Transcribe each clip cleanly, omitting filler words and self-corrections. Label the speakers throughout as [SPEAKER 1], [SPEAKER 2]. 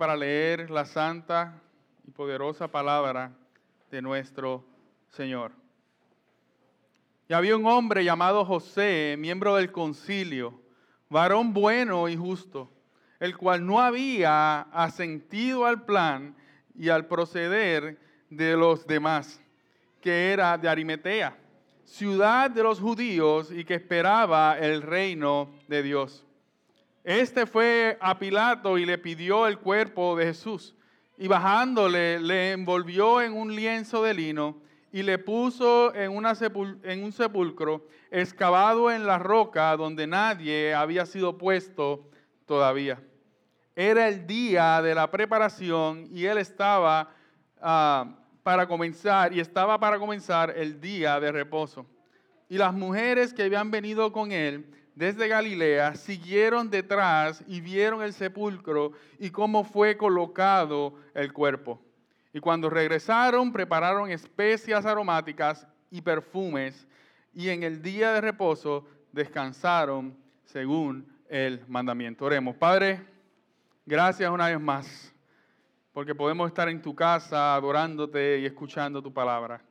[SPEAKER 1] para leer la santa y poderosa palabra de nuestro Señor. Y había un hombre llamado José, miembro del concilio, varón bueno y justo, el cual no había asentido al plan y al proceder de los demás, que era de Arimatea, ciudad de los judíos y que esperaba el reino de Dios. Este fue a Pilato y le pidió el cuerpo de Jesús, y bajándole le envolvió en un lienzo de lino y le puso en un sepulcro excavado en la roca donde nadie había sido puesto todavía. Era el día de la preparación y él estaba para comenzar el día de reposo. Y las mujeres que habían venido con él desde Galilea siguieron detrás y vieron el sepulcro y cómo fue colocado el cuerpo. Y cuando regresaron, prepararon especias aromáticas y perfumes, y en el día de reposo descansaron según el mandamiento. Oremos. Padre, gracias una vez más, porque podemos estar en tu casa adorándote y escuchando tu palabra.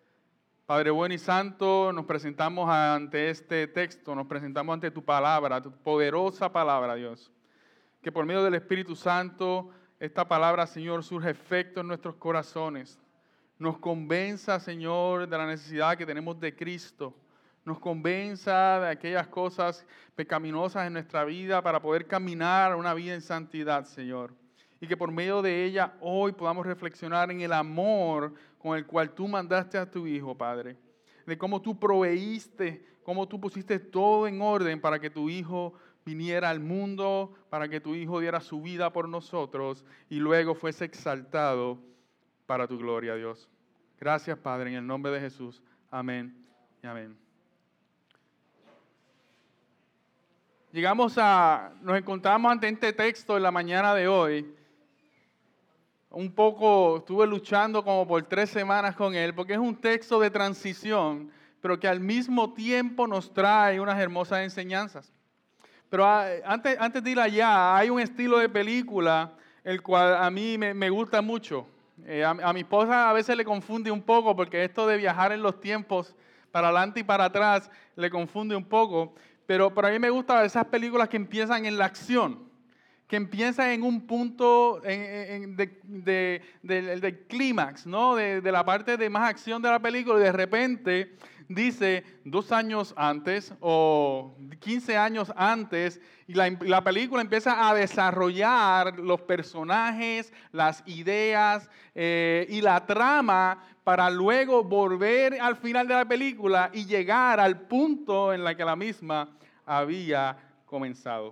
[SPEAKER 1] Padre bueno y santo, nos presentamos ante este texto, nos presentamos ante tu palabra, tu poderosa palabra, Dios. Que por medio del Espíritu Santo, esta palabra, Señor, surge efecto en nuestros corazones. Nos convenza, Señor, de la necesidad que tenemos de Cristo. Nos convenza de aquellas cosas pecaminosas en nuestra vida para poder caminar una vida en santidad, Señor. Y que por medio de ella hoy podamos reflexionar en el amor con el cual tú mandaste a tu Hijo, Padre. De cómo tú proveíste, cómo tú pusiste todo en orden para que tu Hijo viniera al mundo, para que tu Hijo diera su vida por nosotros y luego fuese exaltado para tu gloria, Dios. Gracias, Padre, en el nombre de Jesús. Amén y amén. Nos encontramos ante este texto en la mañana de hoy. Estuve luchando como por 3 semanas con él, porque es un texto de transición, pero que al mismo tiempo nos trae unas hermosas enseñanzas. Pero antes de ir allá, hay un estilo de película el cual a mí me gusta mucho. A mi esposa a veces le confunde un poco, porque esto de viajar en los tiempos para adelante y para atrás le confunde un poco, pero a mí me gustan esas películas que empiezan en la acción, que empieza en un punto del clímax, ¿no? De la parte de más acción de la película, y de repente dice 2 años antes o 15 años antes, y la película empieza a desarrollar los personajes, las ideas y la trama para luego volver al final de la película y llegar al punto en la que la misma había comenzado.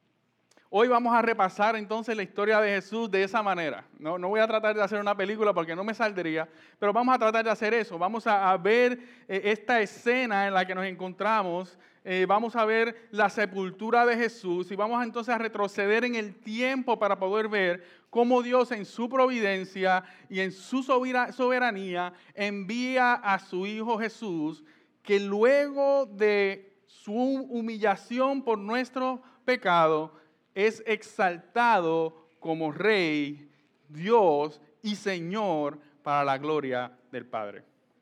[SPEAKER 1] Hoy vamos a repasar entonces la historia de Jesús de esa manera. No voy a tratar de hacer una película porque no me saldría, pero vamos a tratar de hacer eso. Vamos a ver esta escena en la que nos encontramos, vamos a ver la sepultura de Jesús y vamos entonces a retroceder en el tiempo para poder ver cómo Dios en su providencia y en su soberanía envía a su Hijo Jesús, que luego de su humillación por nuestro pecado, es exaltado como Rey, Dios y Señor para la gloria del Padre.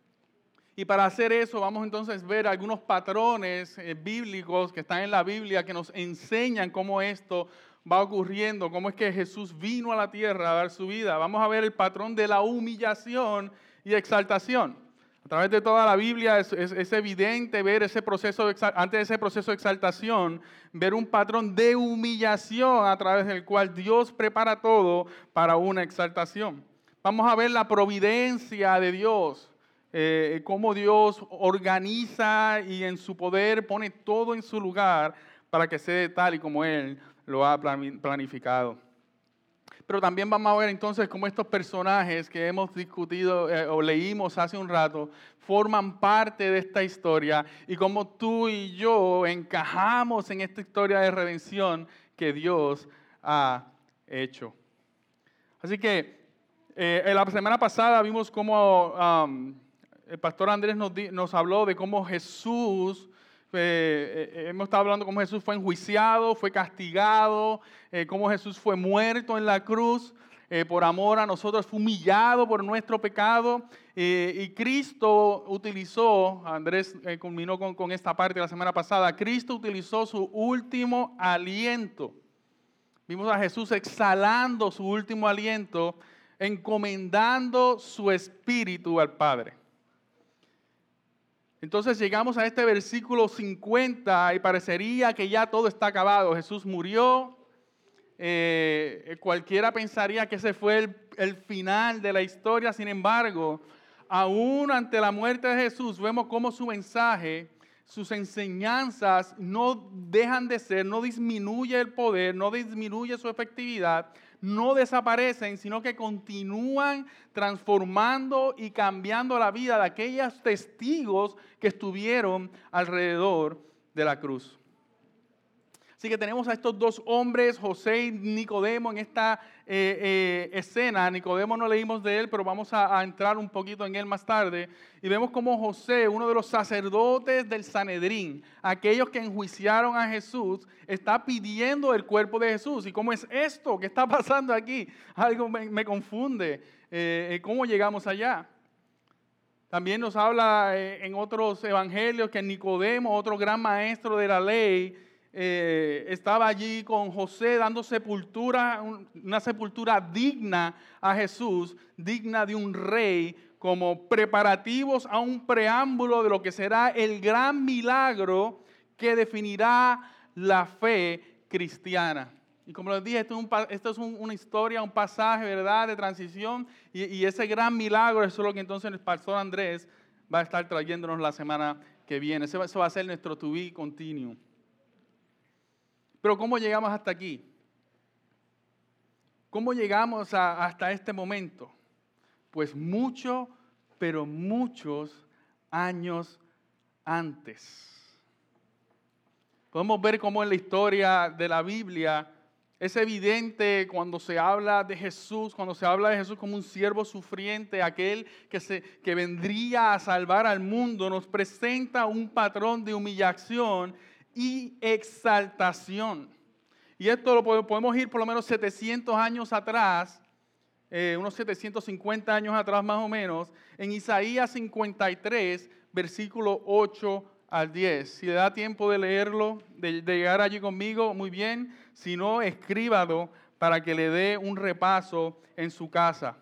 [SPEAKER 1] Y para hacer eso vamos entonces a ver algunos patrones bíblicos que están en la Biblia que nos enseñan cómo esto va ocurriendo, cómo es que Jesús vino a la tierra a dar su vida. Vamos a ver el patrón de la humillación y exaltación. A través de toda la Biblia es evidente ver ese proceso, antes de ese proceso de exaltación, ver un patrón de humillación a través del cual Dios prepara todo para una exaltación. Vamos a ver la providencia de Dios, cómo Dios organiza y en su poder pone todo en su lugar para que sea tal y como Él lo ha planificado. Pero también vamos a ver entonces cómo estos personajes que hemos discutido o leímos hace un rato forman parte de esta historia y cómo tú y yo encajamos en esta historia de redención que Dios ha hecho. Así que en la semana pasada vimos cómo el pastor Andrés nos habló de cómo Jesús hemos estado hablando cómo Jesús fue enjuiciado, fue castigado, cómo Jesús fue muerto en la cruz por amor a nosotros, fue humillado por nuestro pecado. Y Cristo utilizó, Andrés culminó con esta parte la semana pasada, Cristo utilizó su último aliento. Vimos a Jesús exhalando su último aliento, encomendando su espíritu al Padre. Entonces llegamos a este versículo 50 y parecería que ya todo está acabado. Jesús murió. Cualquiera pensaría que ese fue el final de la historia. Sin embargo, aún ante la muerte de Jesús, vemos cómo su mensaje, sus enseñanzas no dejan de ser, no disminuye el poder, no disminuye su efectividad, no desaparecen, sino que continúan transformando y cambiando la vida de aquellos testigos que estuvieron alrededor de la cruz. Así que tenemos a estos dos hombres, José y Nicodemo, en esta escena. Nicodemo no leímos de él, pero vamos a entrar un poquito en él más tarde. Y vemos como José, uno de los sacerdotes del Sanedrín, aquellos que enjuiciaron a Jesús, está pidiendo el cuerpo de Jesús. ¿Y cómo es esto? ¿Qué está pasando aquí? Algo me confunde. ¿Cómo llegamos allá? También nos habla en otros evangelios que Nicodemo, otro gran maestro de la ley, estaba allí con José dando sepultura, una sepultura digna a Jesús, digna de un rey, como preparativos a un preámbulo de lo que será el gran milagro que definirá la fe cristiana. Y como les dije, esto es una historia, un pasaje, ¿verdad?, de transición, y ese gran milagro, eso es lo que entonces el pastor Andrés va a estar trayéndonos la semana que viene. Eso va a ser nuestro to be continuo. Pero ¿cómo llegamos hasta aquí? ¿Cómo llegamos hasta este momento? Pues mucho, pero muchos años antes. Podemos ver cómo en la historia de la Biblia es evidente cuando se habla de Jesús, como un siervo sufriente, aquel que vendría a salvar al mundo, nos presenta un patrón de humillación y exaltación. Y esto lo podemos ir por lo menos 700 años atrás, unos 750 años atrás más o menos, en Isaías 53, versículo 8 al 10. Si le da tiempo de leerlo, de llegar allí conmigo, muy bien. Si no, escríbalo para que le dé un repaso en su casa.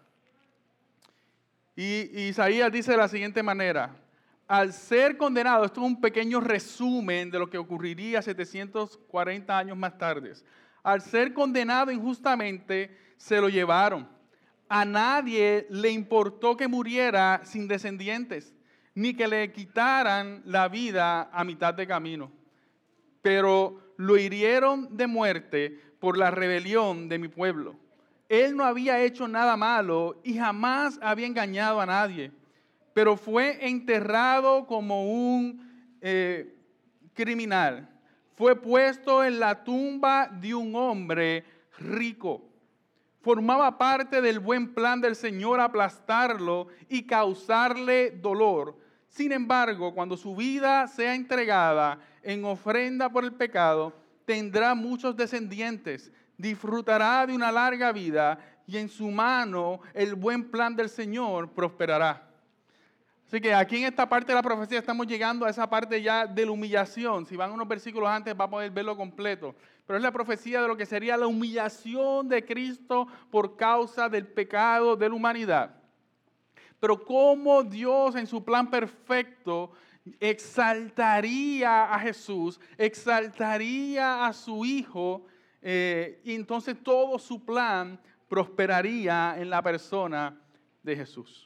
[SPEAKER 1] Y Isaías dice de la siguiente manera: al ser condenado, esto es un pequeño resumen de lo que ocurriría 740 años más tarde. Al ser condenado injustamente, se lo llevaron. A nadie le importó que muriera sin descendientes, ni que le quitaran la vida a mitad de camino. Pero lo hirieron de muerte por la rebelión de mi pueblo. Él no había hecho nada malo y jamás había engañado a nadie. Pero fue enterrado como un criminal. Fue puesto en la tumba de un hombre rico. Formaba parte del buen plan del Señor aplastarlo y causarle dolor. Sin embargo, cuando su vida sea entregada en ofrenda por el pecado, tendrá muchos descendientes, disfrutará de una larga vida y en su mano el buen plan del Señor prosperará. Así que aquí en esta parte de la profecía estamos llegando a esa parte ya de la humillación. Si van unos versículos antes va a poder verlo completo. Pero es la profecía de lo que sería la humillación de Cristo por causa del pecado de la humanidad. Pero cómo Dios en su plan perfecto exaltaría a Jesús, exaltaría a su Hijo, y entonces todo su plan prosperaría en la persona de Jesús.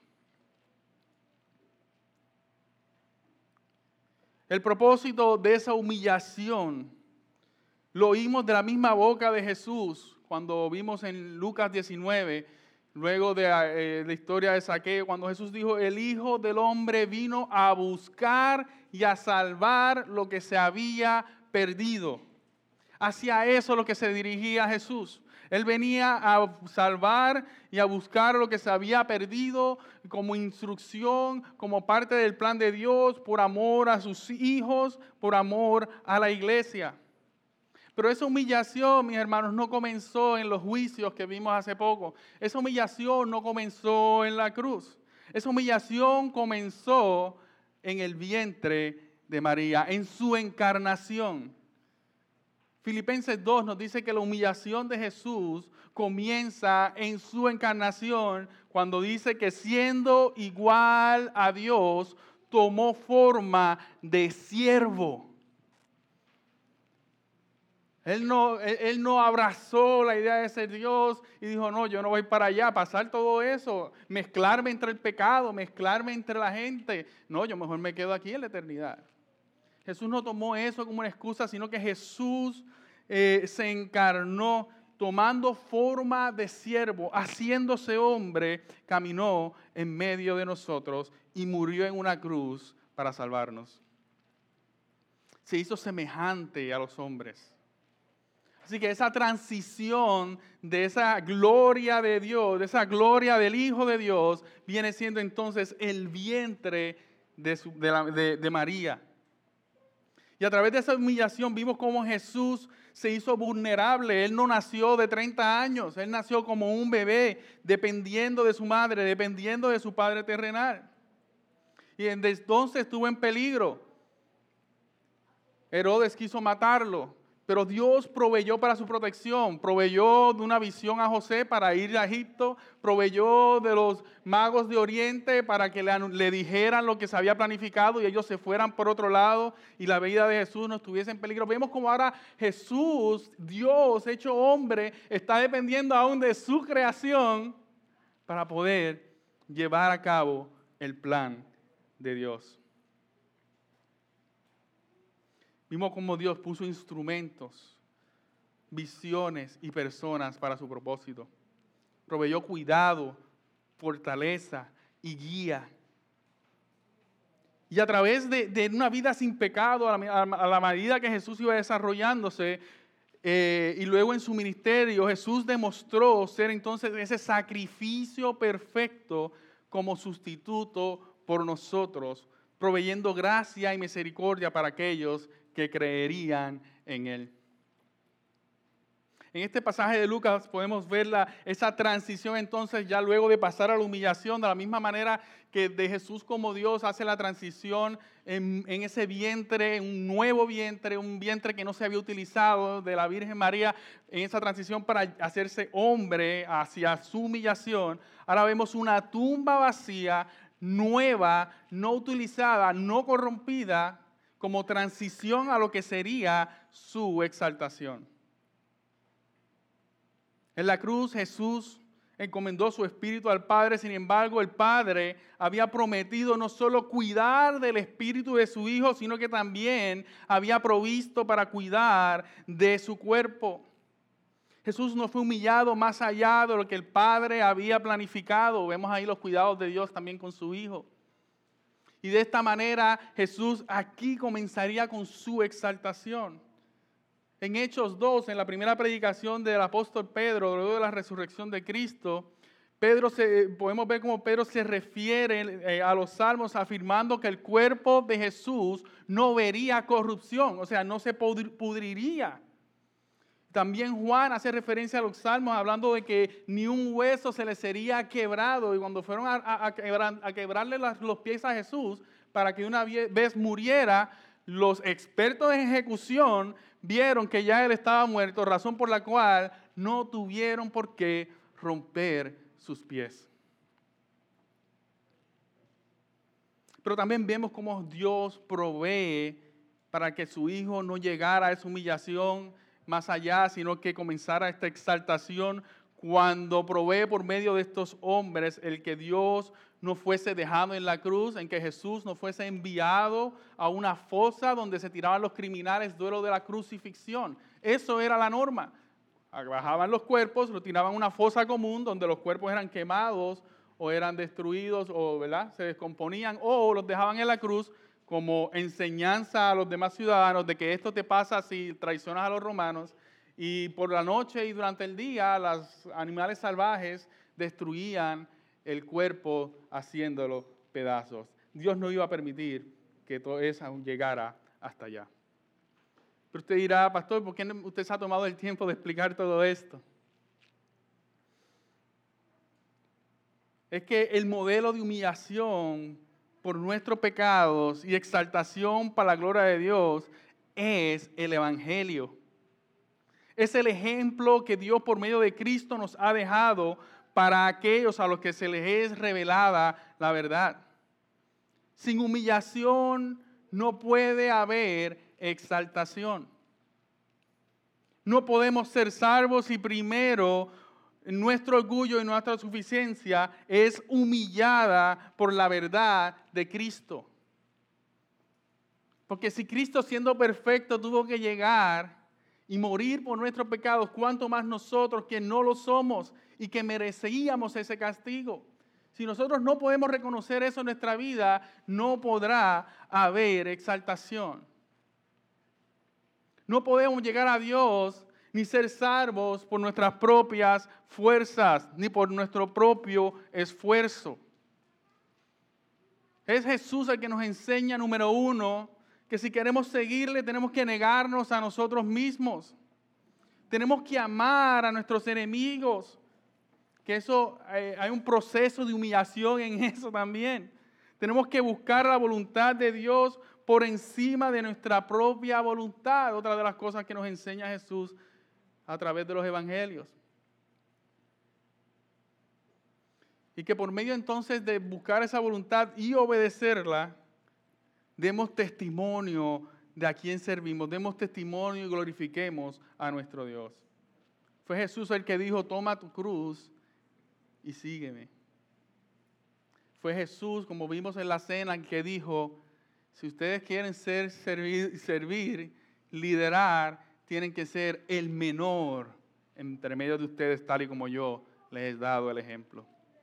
[SPEAKER 1] El propósito de esa humillación lo oímos de la misma boca de Jesús cuando vimos en Lucas 19, luego de la historia de Zaqueo, cuando Jesús dijo: el Hijo del Hombre vino a buscar y a salvar lo que se había perdido. Hacia eso es lo que se dirigía Jesús. Él venía a salvar y a buscar lo que se había perdido como instrucción, como parte del plan de Dios, por amor a sus hijos, por amor a la iglesia. Pero esa humillación, mis hermanos, no comenzó en los juicios que vimos hace poco. Esa humillación no comenzó en la cruz. Esa humillación comenzó en el vientre de María, en su encarnación. Filipenses 2 nos dice que la humillación de Jesús comienza en su encarnación cuando dice que siendo igual a Dios, tomó forma de siervo. Él no abrazó la idea de ser Dios y dijo, no, yo no voy para allá, pasar todo eso, mezclarme entre el pecado, mezclarme entre la gente. No, yo mejor me quedo aquí en la eternidad. Jesús no tomó eso como una excusa, sino que Jesús se encarnó tomando forma de siervo, haciéndose hombre, caminó en medio de nosotros y murió en una cruz para salvarnos. Se hizo semejante a los hombres. Así que esa transición de esa gloria de Dios, de esa gloria del Hijo de Dios, viene siendo entonces el vientre de María. Y a través de esa humillación vimos cómo Jesús se hizo vulnerable. Él no nació de 30 años, Él nació como un bebé, dependiendo de su madre, dependiendo de su padre terrenal. Y desde entonces estuvo en peligro. Herodes quiso matarlo. Pero Dios proveyó para su protección, proveyó de una visión a José para ir a Egipto, proveyó de los magos de Oriente para que le dijeran lo que se había planificado y ellos se fueran por otro lado y la vida de Jesús no estuviese en peligro. Vemos como ahora Jesús, Dios hecho hombre, está dependiendo aún de su creación para poder llevar a cabo el plan de Dios. Vimos cómo Dios puso instrumentos, visiones y personas para su propósito. Proveyó cuidado, fortaleza y guía. Y a través de una vida sin pecado, a la medida que Jesús iba desarrollándose, y luego en su ministerio, Jesús demostró ser entonces ese sacrificio perfecto como sustituto por nosotros, proveyendo gracia y misericordia para aquellos que creerían en Él. En este pasaje de Lucas podemos ver esa transición entonces ya luego de pasar a la humillación, de la misma manera que de Jesús como Dios hace la transición en ese vientre, un nuevo vientre, un vientre que no se había utilizado de la Virgen María, en esa transición para hacerse hombre hacia su humillación. Ahora vemos una tumba vacía, nueva, no utilizada, no corrompida, como transición a lo que sería su exaltación. En la cruz Jesús encomendó su espíritu al Padre, sin embargo el Padre había prometido no solo cuidar del espíritu de su Hijo, sino que también había provisto para cuidar de su cuerpo. Jesús no fue humillado más allá de lo que el Padre había planificado. Vemos ahí los cuidados de Dios también con su Hijo. Y de esta manera Jesús aquí comenzaría con su exaltación. En Hechos 2, en la primera predicación del apóstol Pedro, luego de la resurrección de Cristo, podemos ver cómo Pedro se refiere a los salmos afirmando que el cuerpo de Jesús no vería corrupción, o sea, no se pudriría. También Juan hace referencia a los salmos hablando de que ni un hueso se le sería quebrado. Y cuando fueron a quebrarle los pies a Jesús para que una vez muriera, los expertos en ejecución vieron que ya él estaba muerto, razón por la cual no tuvieron por qué romper sus pies. Pero también vemos cómo Dios provee para que su Hijo no llegara a esa humillación más allá, sino que comenzara esta exaltación cuando provee por medio de estos hombres el que Dios no fuese dejado en la cruz, en que Jesús no fuese enviado a una fosa donde se tiraban los criminales duelo de la crucifixión. Eso era la norma. Bajaban los cuerpos, los tiraban a una fosa común donde los cuerpos eran quemados o eran destruidos o ¿verdad? Se descomponían o los dejaban en la cruz como enseñanza a los demás ciudadanos de que esto te pasa si traicionas a los romanos y por la noche y durante el día los animales salvajes destruían el cuerpo haciéndolo pedazos. Dios no iba a permitir que todo eso llegara hasta allá. Pero usted dirá, pastor, ¿por qué usted se ha tomado el tiempo de explicar todo esto? Es que el modelo de humillación por nuestros pecados y exaltación para la gloria de Dios es el Evangelio. Es el ejemplo que Dios por medio de Cristo nos ha dejado para aquellos a los que se les es revelada la verdad. Sin humillación no puede haber exaltación. No podemos ser salvos si primero nuestro orgullo y nuestra suficiencia es humillada por la verdad de Cristo. Porque si Cristo siendo perfecto tuvo que llegar y morir por nuestros pecados, ¿cuánto más nosotros que no lo somos y que merecíamos ese castigo? Si nosotros no podemos reconocer eso en nuestra vida, no podrá haber exaltación. No podemos llegar a Dios ni ser salvos por nuestras propias fuerzas, ni por nuestro propio esfuerzo. Es Jesús el que nos enseña, número uno, que si queremos seguirle tenemos que negarnos a nosotros mismos. Tenemos que amar a nuestros enemigos. Que eso, hay un proceso de humillación en eso también. Tenemos que buscar la voluntad de Dios por encima de nuestra propia voluntad. Otra de las cosas que nos enseña Jesús a través de los evangelios. Y que por medio entonces de buscar esa voluntad y obedecerla, demos testimonio de a quién servimos, demos testimonio y glorifiquemos a nuestro Dios. Fue Jesús el que dijo, toma tu cruz y sígueme. Fue Jesús, como vimos en la cena, el que dijo, si ustedes quieren servir, liderar, tienen que ser el menor entre medio de ustedes, tal y como yo les he dado el ejemplo.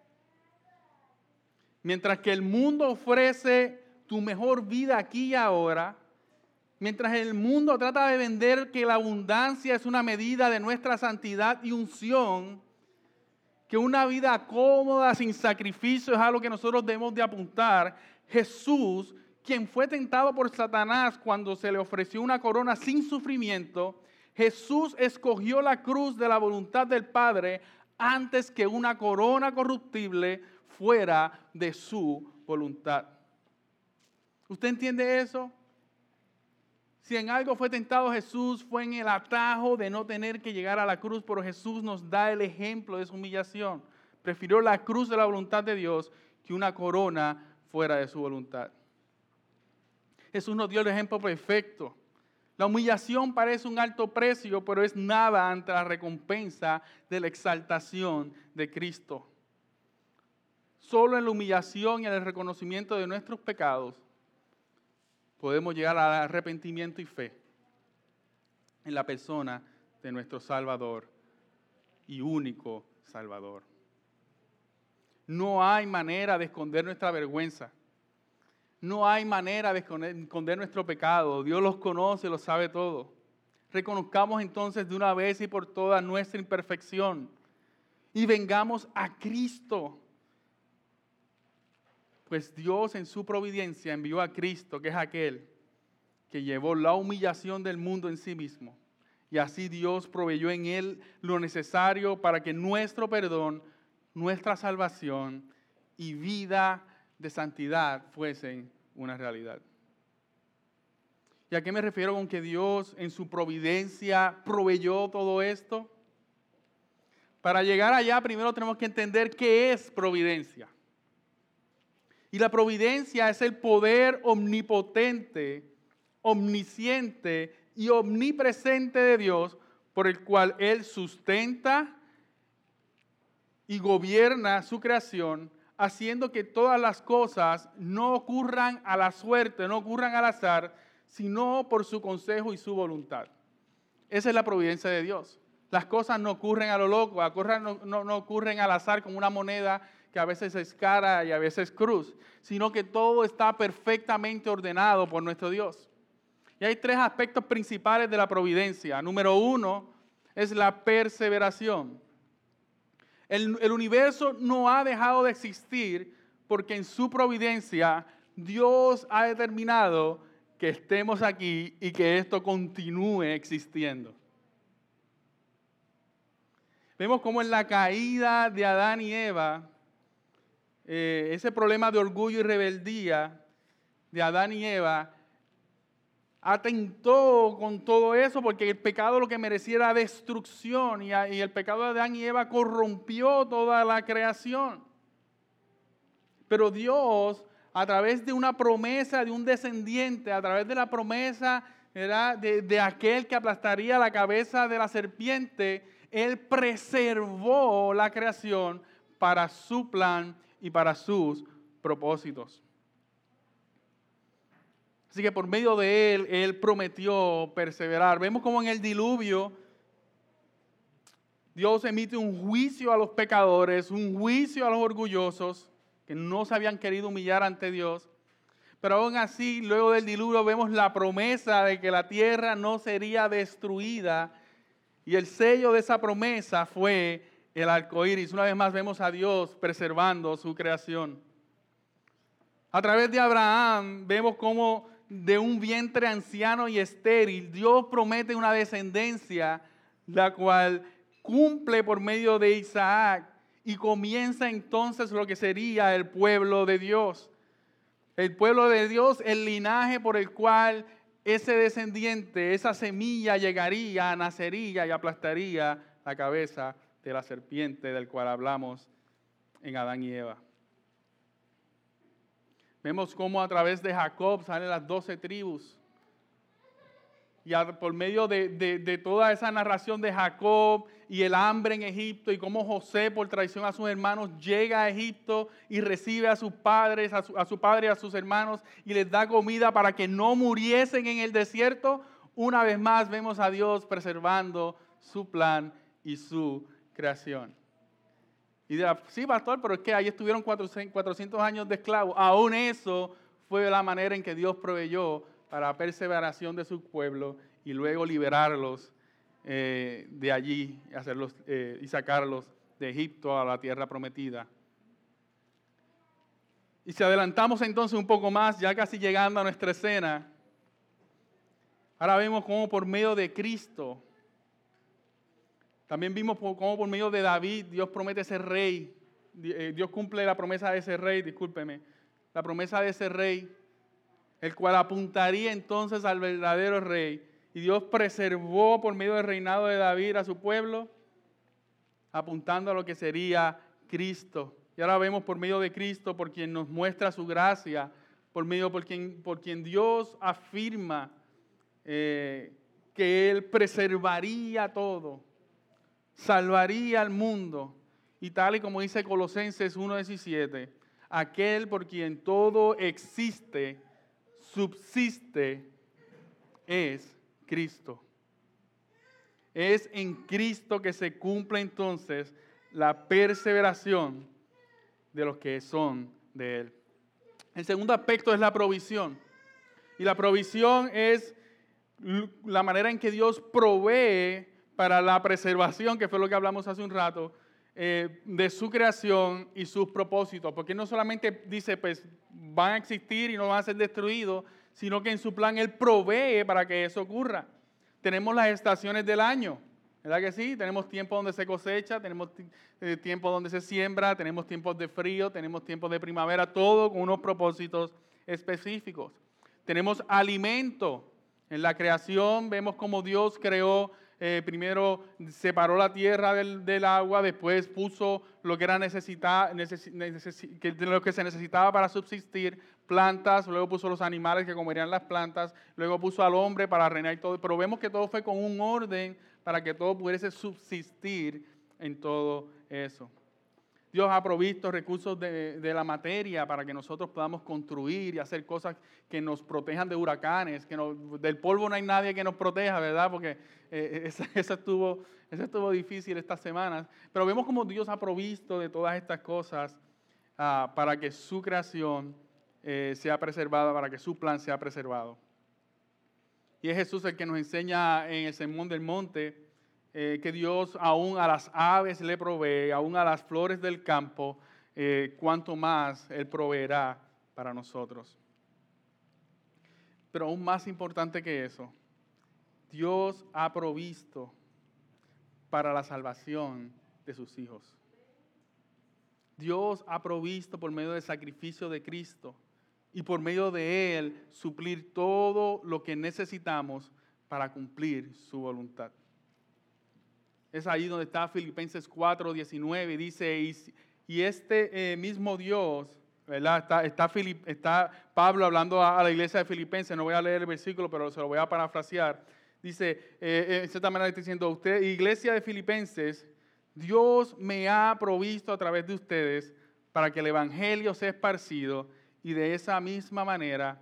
[SPEAKER 1] Mientras que el mundo ofrece tu mejor vida aquí y ahora, mientras el mundo trata de vender que la abundancia es una medida de nuestra santidad y unción, que una vida cómoda, sin sacrificio, es algo que nosotros debemos de apuntar, Jesús, quien fue tentado por Satanás cuando se le ofreció una corona sin sufrimiento, Jesús escogió la cruz de la voluntad del Padre antes que una corona corruptible fuera de su voluntad. ¿Usted entiende eso? Si en algo fue tentado Jesús, fue en el atajo de no tener que llegar a la cruz, pero Jesús nos da el ejemplo de su humillación. Prefirió la cruz de la voluntad de Dios que una corona fuera de su voluntad. Jesús nos dio el ejemplo perfecto. La humillación parece un alto precio, pero es nada ante la recompensa de la exaltación de Cristo. Solo en la humillación y en el reconocimiento de nuestros pecados podemos llegar al arrepentimiento y fe en la persona de nuestro Salvador y único Salvador. No hay manera de esconder nuestra vergüenza. No hay manera de esconder nuestro pecado. Dios los conoce, lo sabe todo. Reconozcamos entonces de una vez y por todas nuestra imperfección y vengamos a Cristo. Pues Dios en su providencia envió a Cristo, que es aquel que llevó la humillación del mundo en sí mismo. Y así Dios proveyó en él lo necesario para que nuestro perdón, nuestra salvación y vida de santidad fuesen una realidad. ¿Y a qué me refiero con que Dios en su providencia proveyó todo esto? Para llegar allá primero tenemos que entender qué es providencia. Y la providencia es el poder omnipotente, omnisciente y omnipresente de Dios por el cual Él sustenta y gobierna su creación, haciendo que todas las cosas no ocurran a la suerte, no ocurran al azar, sino por su consejo y su voluntad. Esa es la providencia de Dios. Las cosas no ocurren a lo loco, no ocurren al azar como una moneda que a veces es cara y a veces cruz, sino que todo está perfectamente ordenado por nuestro Dios. Y hay tres aspectos principales de la providencia. Número uno, es la perseveración. El universo no ha dejado de existir porque en su providencia Dios ha determinado que estemos aquí y que esto continúe existiendo. Vemos cómo en la caída de Adán y Eva, ese problema de orgullo y rebeldía de Adán y Eva atentó con todo eso, porque el pecado lo que merecía era destrucción, y el pecado de Adán y Eva corrompió toda la creación. Pero Dios, a través de una promesa de un descendiente, a través de la promesa de aquel que aplastaría la cabeza de la serpiente, Él preservó la creación para su plan y para sus propósitos. Así que por medio de Él prometió perseverar. Vemos como en el diluvio Dios emite un juicio a los pecadores, un juicio a los orgullosos que no se habían querido humillar ante Dios. Pero aún así, luego del diluvio vemos la promesa de que la tierra no sería destruida. Y el sello de esa promesa fue el arco iris. Una vez más vemos a Dios preservando su creación. A través de Abraham vemos cómo de un vientre anciano y estéril, Dios promete una descendencia, la cual cumple por medio de Isaac, y comienza entonces lo que sería el pueblo de Dios. El pueblo de Dios, el linaje por el cual ese descendiente, esa semilla llegaría, nacería y aplastaría la cabeza de la serpiente del cual hablamos en Adán y Eva. Vemos cómo a través de Jacob salen las 12 tribus. Y por medio de toda esa narración de Jacob y el hambre en Egipto, y cómo José, por traición a sus hermanos, llega a Egipto y recibe a sus padres, a su padre y a sus hermanos, y les da comida para que no muriesen en el desierto. Una vez más vemos a Dios preservando su plan y su creación. Y dirá, sí, pastor, pero es que ahí estuvieron 400 años de esclavos. Aún eso fue la manera en que Dios proveyó para la perseveración de su pueblo y luego liberarlos de allí y sacarlos de Egipto a la tierra prometida. Y si adelantamos entonces un poco más, ya casi llegando a nuestra escena, ahora vemos cómo por medio de Cristo, también vimos cómo por medio de David Dios promete ser rey. Dios cumple la promesa de ese rey, la promesa de ese rey, el cual apuntaría entonces al verdadero rey. Y Dios preservó por medio del reinado de David a su pueblo, apuntando a lo que sería Cristo. Y ahora vemos por medio de Cristo, por quien nos muestra su gracia, por quien Dios afirma que Él preservaría todo, salvaría al mundo. Y tal y como dice Colosenses 1:17, aquel por quien todo existe, subsiste, es Cristo. Es en Cristo que se cumple entonces la perseveración de los que son de Él. El segundo aspecto es la provisión. Y la provisión es la manera en que Dios provee para la preservación, que fue lo que hablamos hace un rato, de su creación y sus propósitos. Porque no solamente dice, pues van a existir y no van a ser destruidos, sino que en su plan Él provee para que eso ocurra. Tenemos las estaciones del año, ¿verdad que sí? Tenemos tiempo donde se cosecha, tenemos tiempo donde se siembra, tenemos tiempos de frío, tenemos tiempos de primavera, todo con unos propósitos específicos. Tenemos alimento. En la creación vemos cómo Dios creó, primero separó la tierra del agua, después puso lo que era lo que se necesitaba para subsistir, plantas, luego puso los animales que comerían las plantas, luego puso al hombre para reinar y todo. Pero vemos que todo fue con un orden para que todo pudiese subsistir en todo eso. Dios ha provisto recursos de la materia para que nosotros podamos construir y hacer cosas que nos protejan de huracanes, del polvo no hay nadie que nos proteja, ¿verdad? Porque eso estuvo difícil estas semanas. Pero vemos cómo Dios ha provisto de todas estas cosas para que su creación sea preservada, para que su plan sea preservado. Y es Jesús el que nos enseña en el Sermón del Monte, que Dios aún a las aves le provee, aún a las flores del campo, cuanto más Él proveerá para nosotros. Pero aún más importante que eso, Dios ha provisto para la salvación de sus hijos. Dios ha provisto por medio del sacrificio de Cristo y por medio de Él suplir todo lo que necesitamos para cumplir su voluntad. Es ahí donde está Filipenses 4:19, dice, y este mismo Dios, ¿verdad? Está Pablo hablando a la iglesia de Filipenses, no voy a leer el versículo, pero se lo voy a parafrasear. Dice, en cierta manera está diciendo, usted, iglesia de Filipenses, Dios me ha provisto a través de ustedes para que el evangelio sea esparcido y de esa misma manera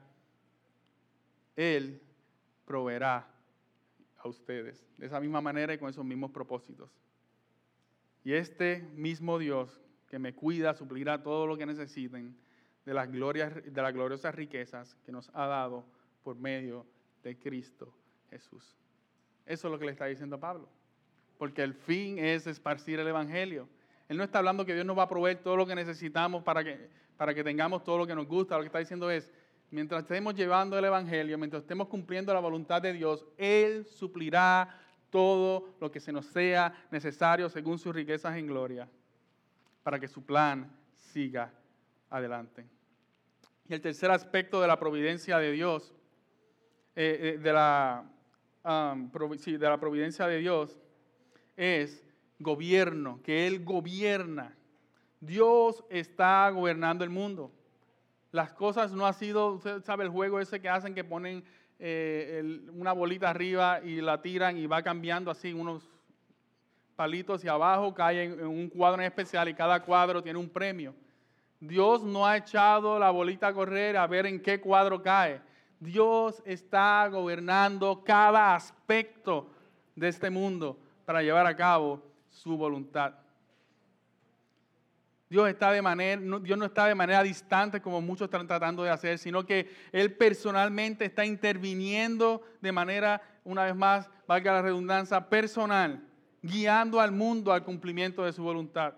[SPEAKER 1] Él proveerá a ustedes. De esa misma manera y con esos mismos propósitos. Y este mismo Dios que me cuida, suplirá todo lo que necesiten de las gloriosas riquezas que nos ha dado por medio de Cristo Jesús. Eso es lo que le está diciendo Pablo. Porque el fin es esparcir el evangelio. Él no está hablando que Dios nos va a proveer todo lo que necesitamos para que tengamos todo lo que nos gusta. Lo que está diciendo es, mientras estemos llevando el evangelio, mientras estemos cumpliendo la voluntad de Dios, Él suplirá todo lo que se nos sea necesario según sus riquezas en gloria, para que su plan siga adelante. Y el tercer aspecto de la providencia de Dios, de la providencia de Dios, es gobierno, que Él gobierna. Dios está gobernando el mundo. Las cosas no han sido, usted sabe el juego ese que hacen que ponen una bolita arriba y la tiran y va cambiando así unos palitos y abajo cae en un cuadro en especial y cada cuadro tiene un premio. Dios no ha echado la bolita a correr a ver en qué cuadro cae. Dios está gobernando cada aspecto de este mundo para llevar a cabo su voluntad. Dios no está de manera distante como muchos están tratando de hacer, sino que Él personalmente está interviniendo de manera, una vez más, valga la redundancia, personal, guiando al mundo al cumplimiento de su voluntad.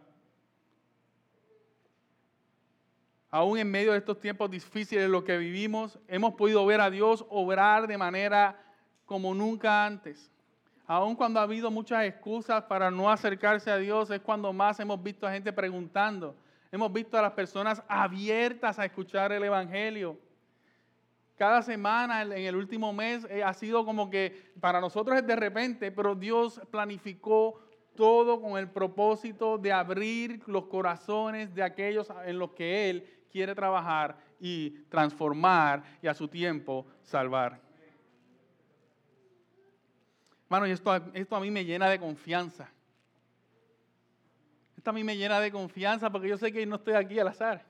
[SPEAKER 1] Aún en medio de estos tiempos difíciles en los que vivimos, hemos podido ver a Dios obrar de manera como nunca antes. Aun cuando ha habido muchas excusas para no acercarse a Dios, es cuando más hemos visto a gente preguntando. Hemos visto a las personas abiertas a escuchar el evangelio. Cada semana, en el último mes, ha sido como que para nosotros es de repente, pero Dios planificó todo con el propósito de abrir los corazones de aquellos en los que Él quiere trabajar y transformar y a su tiempo salvar. Hermano, y esto a mí me llena de confianza. Esto a mí me llena de confianza porque yo sé que no estoy aquí al azar.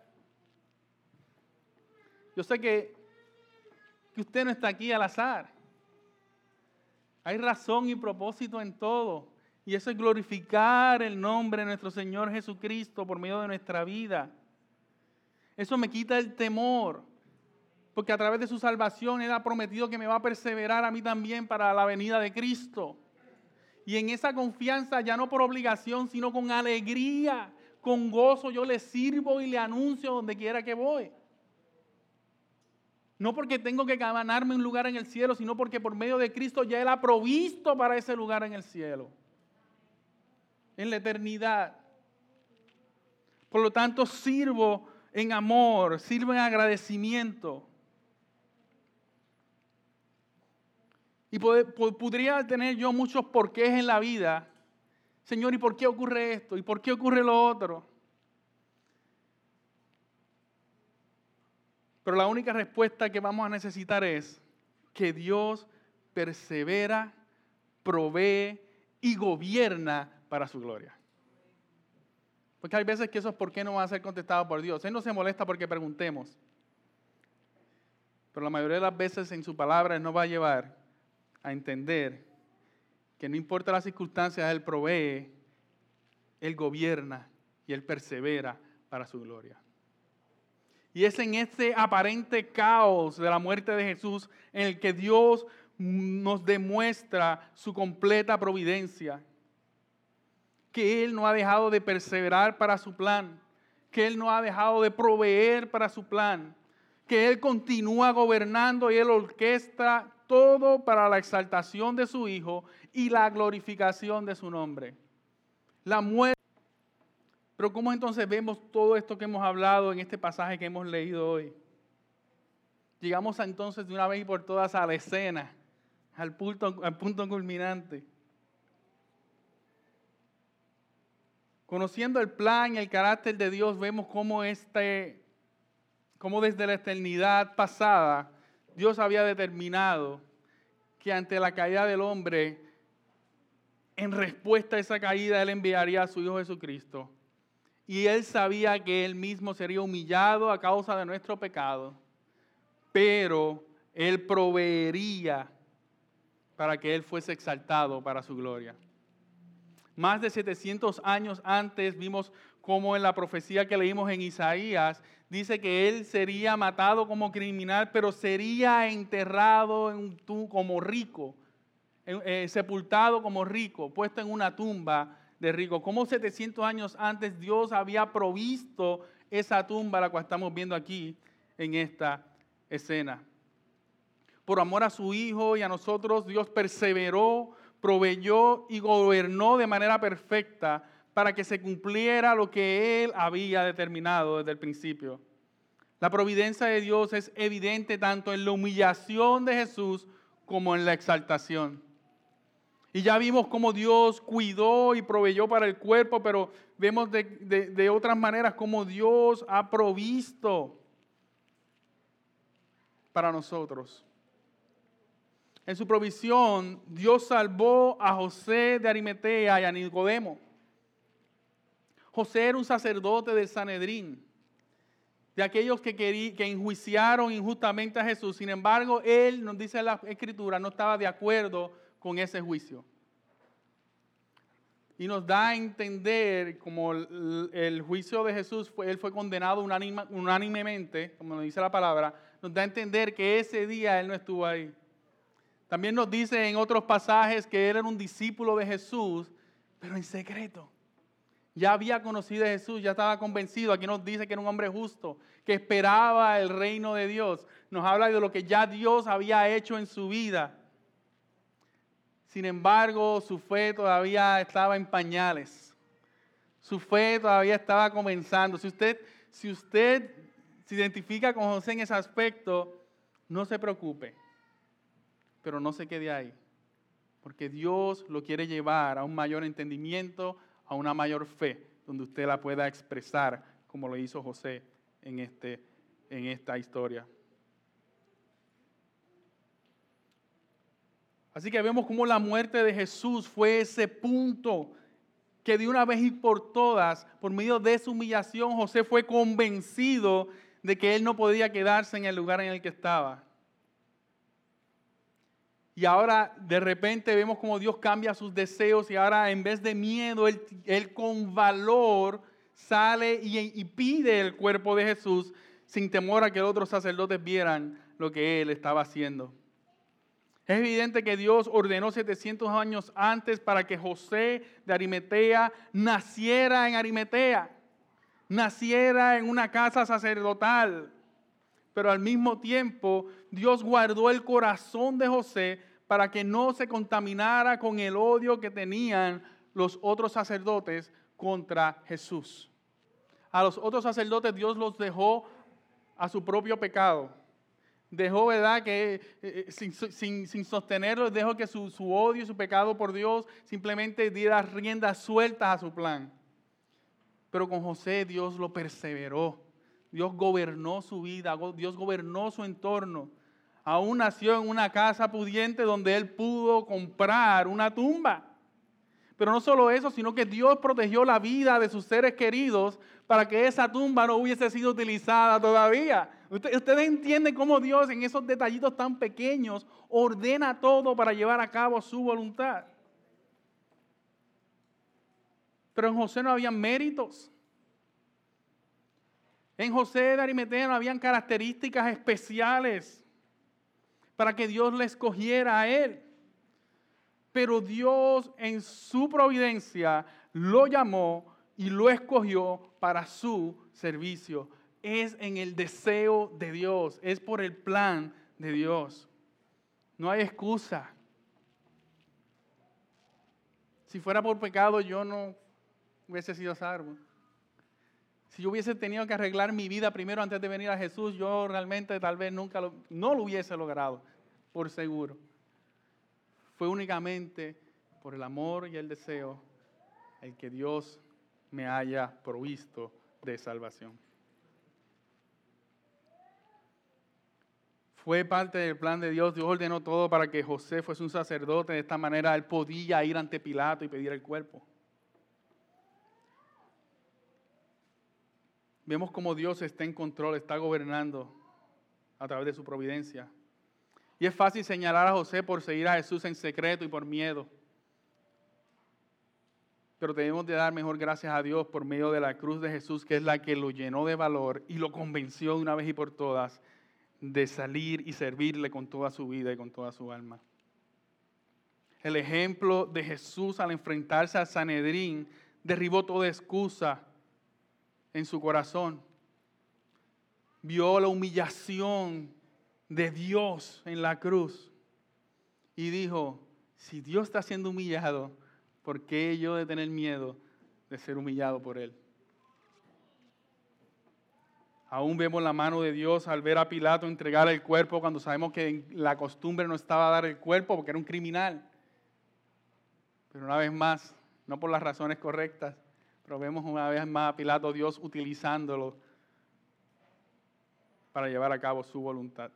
[SPEAKER 1] Yo sé que usted no está aquí al azar. Hay razón y propósito en todo. Y eso es glorificar el nombre de nuestro Señor Jesucristo por medio de nuestra vida. Eso me quita el temor. Porque a través de su salvación Él ha prometido que me va a perseverar a mí también para la venida de Cristo. Y en esa confianza, ya no por obligación, sino con alegría, con gozo, yo le sirvo y le anuncio donde quiera que voy. No porque tengo que ganarme un lugar en el cielo, sino porque por medio de Cristo ya Él ha provisto para ese lugar en el cielo. En la eternidad. Por lo tanto, sirvo en amor, sirvo en agradecimiento. Y podría tener yo muchos porqués en la vida. Señor, ¿y por qué ocurre esto? ¿Y por qué ocurre lo otro? Pero la única respuesta que vamos a necesitar es que Dios persevera, provee y gobierna para su gloria. Porque hay veces que esos por qué no van a ser contestados por Dios. Él no se molesta porque preguntemos. Pero la mayoría de las veces en su palabra Él nos va a llevar a entender que no importa las circunstancias, Él provee, Él gobierna y Él persevera para su gloria. Y es en este aparente caos de la muerte de Jesús en el que Dios nos demuestra su completa providencia. que Él no ha dejado de perseverar para su plan, que Él no ha dejado de proveer para su plan, que Él continúa gobernando y Él orquesta todo para la exaltación de su Hijo y la glorificación de su nombre. La muerte. Pero ¿cómo entonces vemos todo esto que hemos hablado en este pasaje que hemos leído hoy? Llegamos entonces de una vez y por todas a la escena, al punto culminante. Conociendo el plan y el carácter de Dios, vemos cómo desde la eternidad pasada, Dios había determinado que ante la caída del hombre, en respuesta a esa caída, Él enviaría a su Hijo Jesucristo. Y Él sabía que Él mismo sería humillado a causa de nuestro pecado, pero Él proveería para que Él fuese exaltado para su gloria. Más de 700 años antes vimos cómo en la profecía que leímos en Isaías, dice que Él sería matado como criminal, pero sería enterrado como rico, sepultado como rico, puesto en una tumba de rico. Como 700 años antes Dios había provisto esa tumba, la cual estamos viendo aquí en esta escena. Por amor a su Hijo y a nosotros, Dios perseveró, proveyó y gobernó de manera perfecta para que se cumpliera lo que Él había determinado desde el principio. La providencia de Dios es evidente tanto en la humillación de Jesús como en la exaltación. Y ya vimos cómo Dios cuidó y proveyó para el cuerpo, pero vemos de otras maneras cómo Dios ha provisto para nosotros. En su provisión, Dios salvó a José de Arimatea y a Nicodemo. José era un sacerdote del Sanedrín, de aquellos que enjuiciaron injustamente a Jesús. Sin embargo, él, nos dice la Escritura, no estaba de acuerdo con ese juicio. Y nos da a entender, como el juicio de Jesús, él fue condenado unánimemente, como nos dice la palabra, nos da a entender que ese día él no estuvo ahí. También nos dice en otros pasajes que él era un discípulo de Jesús, pero en secreto. Ya había conocido a Jesús, ya estaba convencido. Aquí nos dice que era un hombre justo, que esperaba el reino de Dios. Nos habla de lo que ya Dios había hecho en su vida. Sin embargo, su fe todavía estaba en pañales. Su fe todavía estaba comenzando. Si usted se identifica con José en ese aspecto, no se preocupe, pero no se quede ahí, porque Dios lo quiere llevar a un mayor entendimiento, a una mayor fe, donde usted la pueda expresar, como lo hizo José en esta historia. Así que vemos cómo la muerte de Jesús fue ese punto que de una vez y por todas, por medio de su humillación, José fue convencido de que él no podía quedarse en el lugar en el que estaba. Y ahora de repente vemos cómo Dios cambia sus deseos y ahora en vez de miedo, él con valor sale y pide el cuerpo de Jesús sin temor a que otros sacerdotes vieran lo que él estaba haciendo. Es evidente que Dios ordenó 700 años antes para que José de Arimatea naciera en Arimatea, naciera en una casa sacerdotal. Pero al mismo tiempo, Dios guardó el corazón de José para que no se contaminara con el odio que tenían los otros sacerdotes contra Jesús. A los otros sacerdotes Dios los dejó a su propio pecado. Dejó, ¿verdad?, que sin sostenerlos, dejó que su odio y su pecado por Dios simplemente diera riendas sueltas a su plan. Pero con José Dios lo perseveró. Dios gobernó su vida, Dios gobernó su entorno. Aún nació en una casa pudiente donde él pudo comprar una tumba. Pero no solo eso, sino que Dios protegió la vida de sus seres queridos para que esa tumba no hubiese sido utilizada todavía. Ustedes entienden cómo Dios en esos detallitos tan pequeños ordena todo para llevar a cabo su voluntad. Pero en José no habían méritos. En José de Arimatea no habían características especiales para que Dios le escogiera a él. Pero Dios en su providencia lo llamó y lo escogió para su servicio. Es en el deseo de Dios, es por el plan de Dios. No hay excusa. Si fuera por pecado, yo no hubiese sido salvo. Si yo hubiese tenido que arreglar mi vida primero antes de venir a Jesús, yo realmente tal vez no lo hubiese logrado, por seguro. Fue únicamente por el amor y el deseo el que Dios me haya provisto de salvación. Fue parte del plan de Dios. Dios ordenó todo para que José fuese un sacerdote. De esta manera él podía ir ante Pilato y pedir el cuerpo. Vemos cómo Dios está en control, está gobernando a través de su providencia. Y es fácil señalar a José por seguir a Jesús en secreto y por miedo. Pero debemos de dar mejor gracias a Dios por medio de la cruz de Jesús, que es la que lo llenó de valor y lo convenció de una vez y por todas de salir y servirle con toda su vida y con toda su alma. El ejemplo de Jesús al enfrentarse al Sanedrín derribó toda excusa en su corazón. Vio la humillación de Dios en la cruz y dijo, si Dios está siendo humillado, ¿por qué yo de tener miedo de ser humillado por Él? Aún vemos la mano de Dios al ver a Pilato entregar el cuerpo cuando sabemos que la costumbre no estaba a dar el cuerpo porque era un criminal. Pero una vez más, no por las razones correctas, pero vemos una vez más a Pilato, Dios utilizándolo para llevar a cabo su voluntad.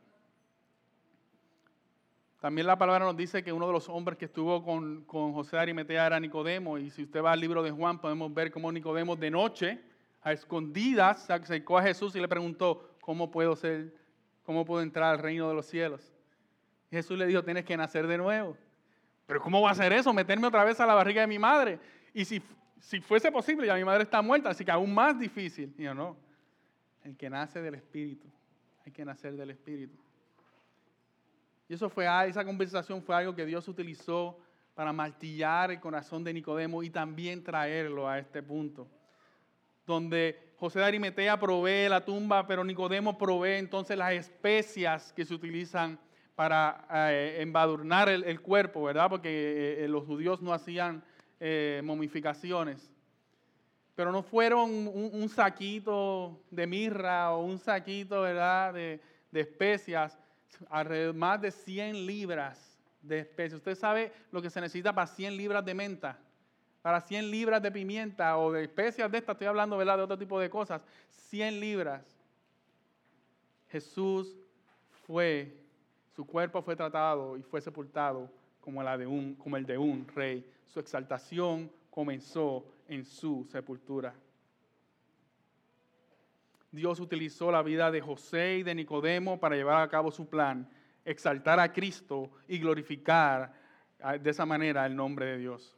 [SPEAKER 1] También la palabra nos dice que uno de los hombres que estuvo con José de Arimatea era Nicodemo, y si usted va al libro de Juan podemos ver cómo Nicodemo de noche, a escondidas, se acercó a Jesús y le preguntó, ¿cómo puedo entrar al reino de los cielos? Y Jesús le dijo, tienes que nacer de nuevo. ¿Pero cómo va a hacer eso? ¿Meterme otra vez a la barriga de mi madre? Y si fuese posible, ya mi madre está muerta, así que aún más difícil. Y yo, no, el que nace del Espíritu, hay que nacer del Espíritu. Y esa conversación fue algo que Dios utilizó para martillar el corazón de Nicodemo y también traerlo a este punto. Donde José de Arimatea provee la tumba, pero Nicodemo provee entonces las especias que se utilizan para embadurnar el cuerpo, ¿verdad? Porque los judíos no hacían momificaciones. Pero no fueron un saquito de mirra o un saquito, ¿verdad?, de especias, alrededor más de 100 libras de especias. ¿Usted sabe lo que se necesita para 100 libras de menta? Para 100 libras de pimienta o de especias de estas, estoy hablando, ¿verdad?, de otro tipo de cosas. 100 libras. Jesús su cuerpo fue tratado y fue sepultado como el de un rey. Su exaltación comenzó en su sepultura. Dios utilizó la vida de José y de Nicodemo para llevar a cabo su plan, exaltar a Cristo y glorificar de esa manera el nombre de Dios.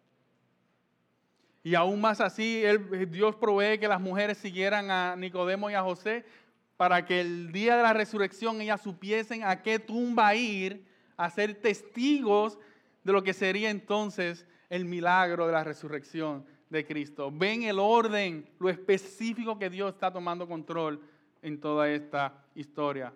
[SPEAKER 1] Y aún más así, Dios provee que las mujeres siguieran a Nicodemo y a José para que el día de la resurrección ellas supiesen a qué tumba ir, a ser testigos de lo que sería entonces el milagro de la resurrección de Cristo. Ven el orden, lo específico que Dios está tomando control en toda esta historia.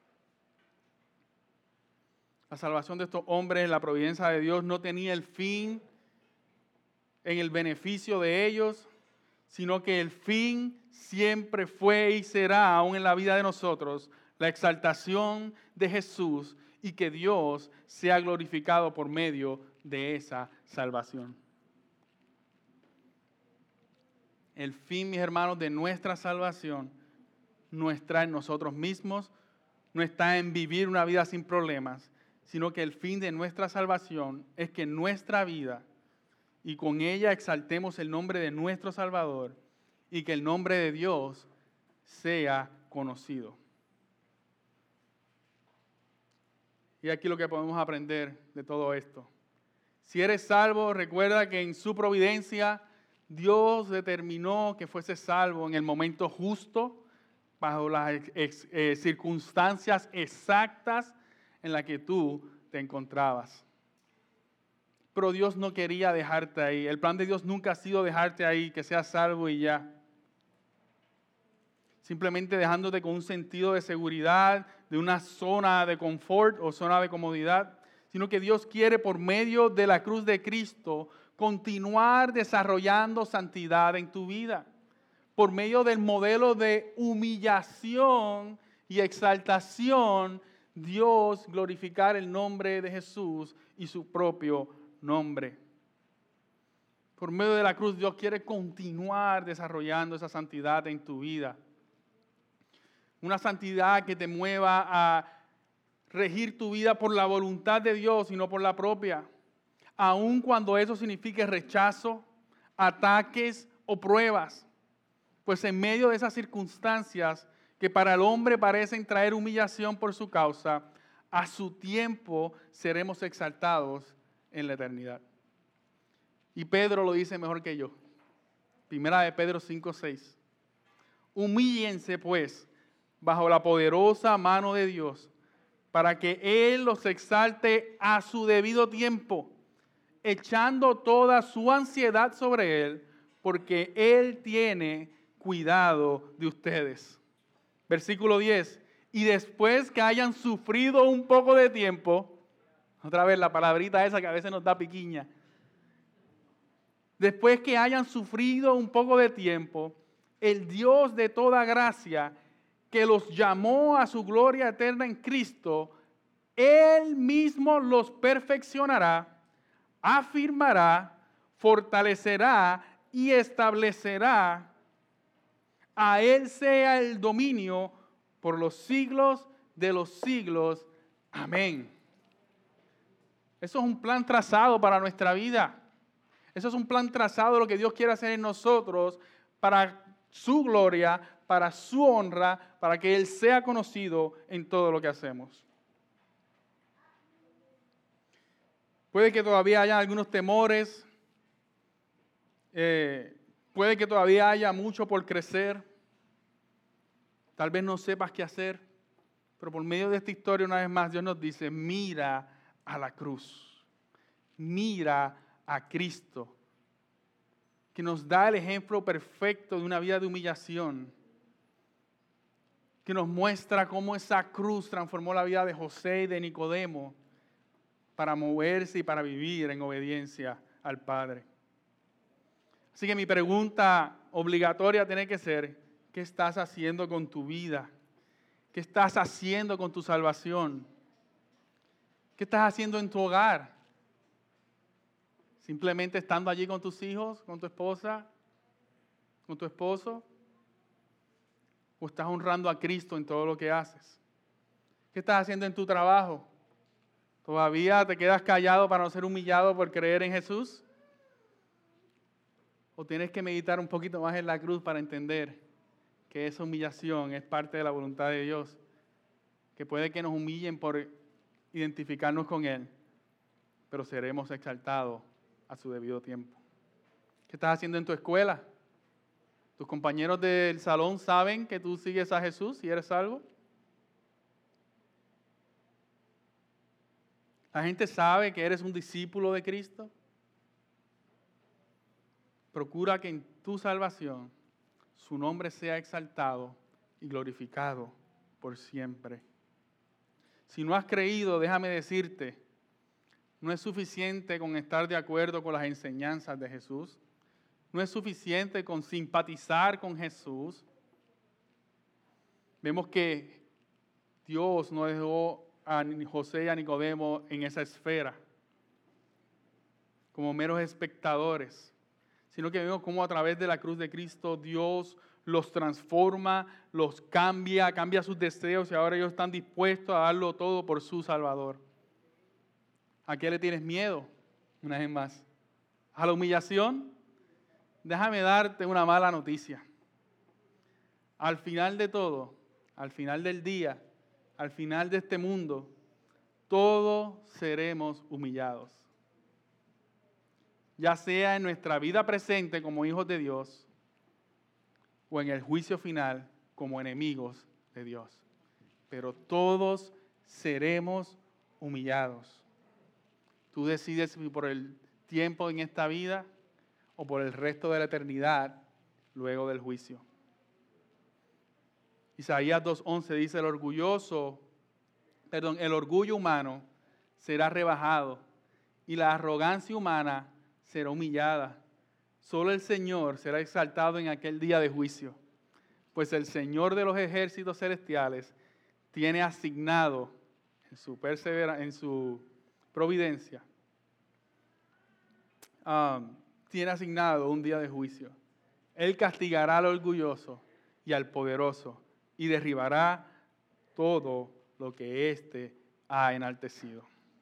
[SPEAKER 1] La salvación de estos hombres, la providencia de Dios, no tenía el fin en el beneficio de ellos, sino que el fin siempre fue y será, aún en la vida de nosotros, la exaltación de Jesús y que Dios sea glorificado por medio de esa salvación. El fin, mis hermanos, de nuestra salvación no está en nosotros mismos, no está en vivir una vida sin problemas, sino que el fin de nuestra salvación es que nuestra vida y con ella exaltemos el nombre de nuestro Salvador y que el nombre de Dios sea conocido. Y aquí lo que podemos aprender de todo esto. Si eres salvo, recuerda que en su providencia Dios determinó que fuese salvo en el momento justo, bajo las circunstancias exactas en las que tú te encontrabas. Pero Dios no quería dejarte ahí. El plan de Dios nunca ha sido dejarte ahí, que seas salvo y ya. Simplemente dejándote con un sentido de seguridad, de una zona de confort o zona de comodidad, sino que Dios quiere por medio de la cruz de Cristo continuar desarrollando santidad en tu vida. Por medio del modelo de humillación y exaltación, Dios glorificar el nombre de Jesús y su propio nombre. Por medio de la cruz, Dios quiere continuar desarrollando esa santidad en tu vida. Una santidad que te mueva a regir tu vida por la voluntad de Dios y no por la propia. Aun cuando eso signifique rechazo, ataques o pruebas. Pues en medio de esas circunstancias que para el hombre parecen traer humillación por su causa, a su tiempo seremos exaltados en la eternidad. Y Pedro lo dice mejor que yo. Primera de Pedro 5:6. Humíllense pues bajo la poderosa mano de Dios, para que Él los exalte a su debido tiempo, echando toda su ansiedad sobre Él, porque Él tiene cuidado de ustedes. Versículo 10. Y después que hayan sufrido un poco de tiempo, otra vez la palabrita esa que a veces nos da piquiña. Después que hayan sufrido un poco de tiempo, el Dios de toda gracia, que los llamó a su gloria eterna en Cristo, Él mismo los perfeccionará, afirmará, fortalecerá y establecerá. A Él sea el dominio por los siglos de los siglos. Amén. Eso es un plan trazado para nuestra vida. Eso es un plan trazado de lo que Dios quiere hacer en nosotros para su gloria, para su honra, para que Él sea conocido en todo lo que hacemos. Puede que todavía haya algunos temores, puede que todavía haya mucho por crecer, tal vez no sepas qué hacer, pero por medio de esta historia una vez más Dios nos dice, mira a la cruz, mira a Cristo, que nos da el ejemplo perfecto de una vida de humillación, que nos muestra cómo esa cruz transformó la vida de José y de Nicodemo para moverse y para vivir en obediencia al Padre. Así que mi pregunta obligatoria tiene que ser, ¿qué estás haciendo con tu vida? ¿Qué estás haciendo con tu salvación? ¿Qué estás haciendo en tu hogar? ¿Simplemente estando allí con tus hijos, con tu esposa, con tu esposo? ¿O estás honrando a Cristo en todo lo que haces? ¿Qué estás haciendo en tu trabajo? ¿Todavía te quedas callado para no ser humillado por creer en Jesús? ¿O tienes que meditar un poquito más en la cruz para entender que esa humillación es parte de la voluntad de Dios? Que puede que nos humillen por identificarnos con Él, pero seremos exaltados a su debido tiempo. ¿Qué estás haciendo en tu escuela? ¿Tus compañeros del salón saben que tú sigues a Jesús y eres salvo? ¿La gente sabe que eres un discípulo de Cristo? Procura que en tu salvación su nombre sea exaltado y glorificado por siempre. Si no has creído, déjame decirte, no es suficiente con estar de acuerdo con las enseñanzas de Jesús. No es suficiente con simpatizar con Jesús. Vemos que Dios no dejó a José y a Nicodemo en esa esfera como meros espectadores, sino que vemos cómo a través de la cruz de Cristo Dios los transforma, los cambia sus deseos y ahora ellos están dispuestos a darlo todo por su Salvador. ¿A qué le tienes miedo? Una vez más. ¿A la humillación? Déjame darte una mala noticia. Al final de todo, al final del día, al final de este mundo, todos seremos humillados. Ya sea en nuestra vida presente como hijos de Dios o en el juicio final como enemigos de Dios. Pero todos seremos humillados. Tú decides si por el tiempo en esta vida o por el resto de la eternidad luego del juicio. Isaías 2:11 dice, el orgullo humano será rebajado y la arrogancia humana será humillada. Solo el Señor será exaltado en aquel día de juicio, pues el Señor de los ejércitos celestiales tiene asignado en su providencia, tiene asignado un día de juicio. Él castigará al orgulloso y al poderoso y derribará todo lo que éste ha enaltecido.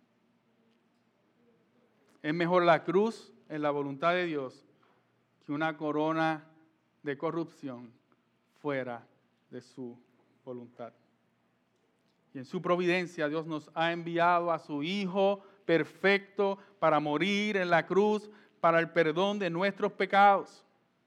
[SPEAKER 1] Es mejor la cruz en la voluntad de Dios que una corona de corrupción fuera de su voluntad. Y en su providencia Dios nos ha enviado a su Hijo perfecto para morir en la cruz para el perdón de nuestros pecados.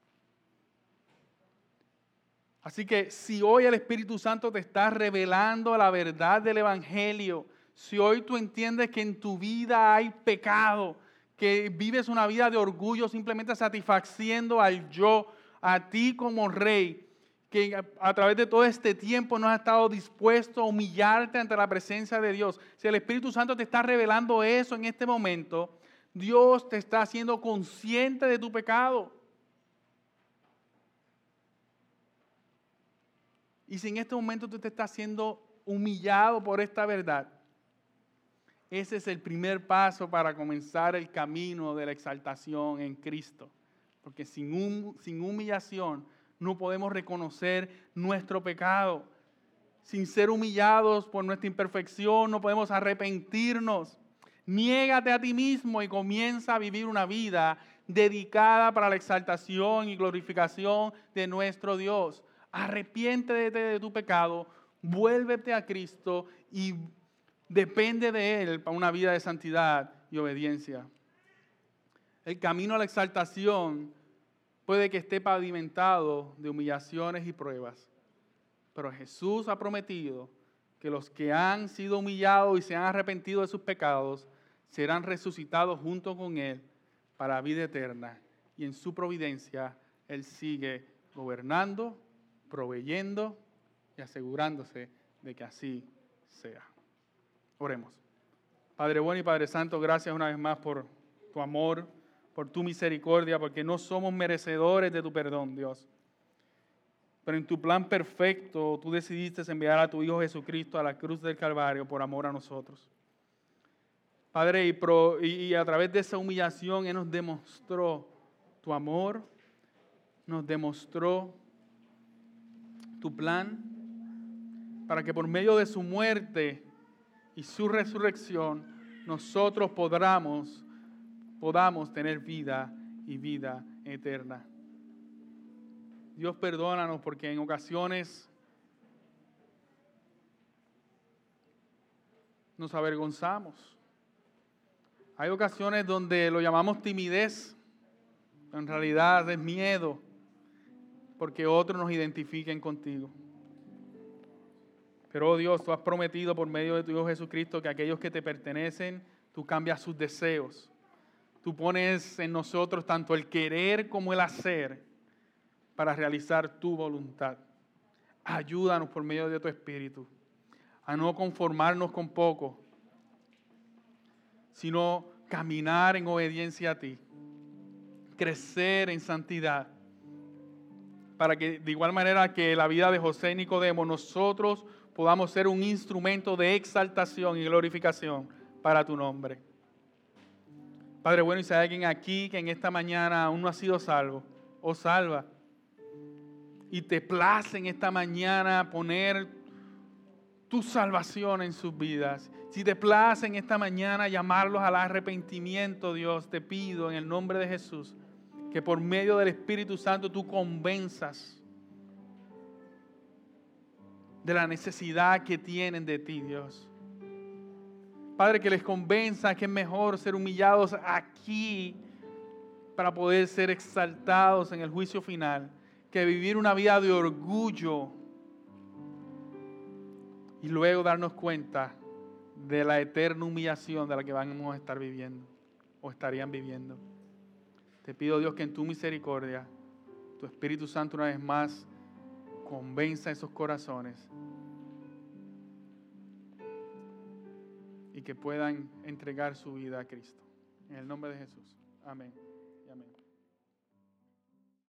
[SPEAKER 1] Así que si hoy el Espíritu Santo te está revelando la verdad del Evangelio, si hoy tú entiendes que en tu vida hay pecado, que vives una vida de orgullo simplemente satisfaciendo al yo, a ti como rey, que a través de todo este tiempo no has estado dispuesto a humillarte ante la presencia de Dios. Si el Espíritu Santo te está revelando eso en este momento, Dios te está haciendo consciente de tu pecado. Y si en este momento tú te estás siendo humillado por esta verdad, ese es el primer paso para comenzar el camino de la exaltación en Cristo. Porque sin humillación no podemos reconocer nuestro pecado. Sin ser humillados por nuestra imperfección no podemos arrepentirnos. Niégate a ti mismo y comienza a vivir una vida dedicada para la exaltación y glorificación de nuestro Dios. Arrepiéntete de tu pecado, vuélvete a Cristo y depende de Él para una vida de santidad y obediencia. El camino a la exaltación puede que esté pavimentado de humillaciones y pruebas, pero Jesús ha prometido que los que han sido humillados y se han arrepentido de sus pecados serán resucitados junto con Él para vida eterna. Y en su providencia Él sigue gobernando, proveyendo y asegurándose de que así sea. Oremos. Padre bueno y Padre santo, gracias una vez más por tu amor, por tu misericordia, porque no somos merecedores de tu perdón, Dios. Pero en tu plan perfecto, tú decidiste enviar a tu Hijo Jesucristo a la cruz del Calvario por amor a nosotros. Padre, y a través de esa humillación Él nos demostró tu amor, nos demostró tu plan, para que por medio de su muerte y su resurrección, nosotros podamos tener vida y vida eterna. Dios, perdónanos porque en ocasiones nos avergonzamos. Hay ocasiones donde lo llamamos timidez, pero en realidad es miedo, porque otros nos identifiquen contigo. Pero, oh Dios, tú has prometido por medio de tu Hijo Jesucristo que aquellos que te pertenecen, tú cambias sus deseos. Tú pones en nosotros tanto el querer como el hacer para realizar tu voluntad. Ayúdanos por medio de tu Espíritu a no conformarnos con poco, sino caminar en obediencia a ti, crecer en santidad, para que de igual manera que la vida de José y Nicodemo, nosotros podamos ser un instrumento de exaltación y glorificación para tu nombre. Padre bueno, y si hay alguien aquí que en esta mañana aún no ha sido salvo o salva, y te place en esta mañana poner tu salvación en sus vidas, si te place en esta mañana llamarlos al arrepentimiento, Dios, te pido en el nombre de Jesús que por medio del Espíritu Santo tú convenzas de la necesidad que tienen de ti, Dios. Padre, que les convenza que es mejor ser humillados aquí para poder ser exaltados en el juicio final, que vivir una vida de orgullo y luego darnos cuenta de la eterna humillación de la que vamos a estar viviendo. o estarían viviendo. Te pido, Dios, que en tu misericordia, tu Espíritu Santo una vez más convenza esos corazones y que puedan entregar su vida a Cristo. En el nombre de Jesús. Amén y amén.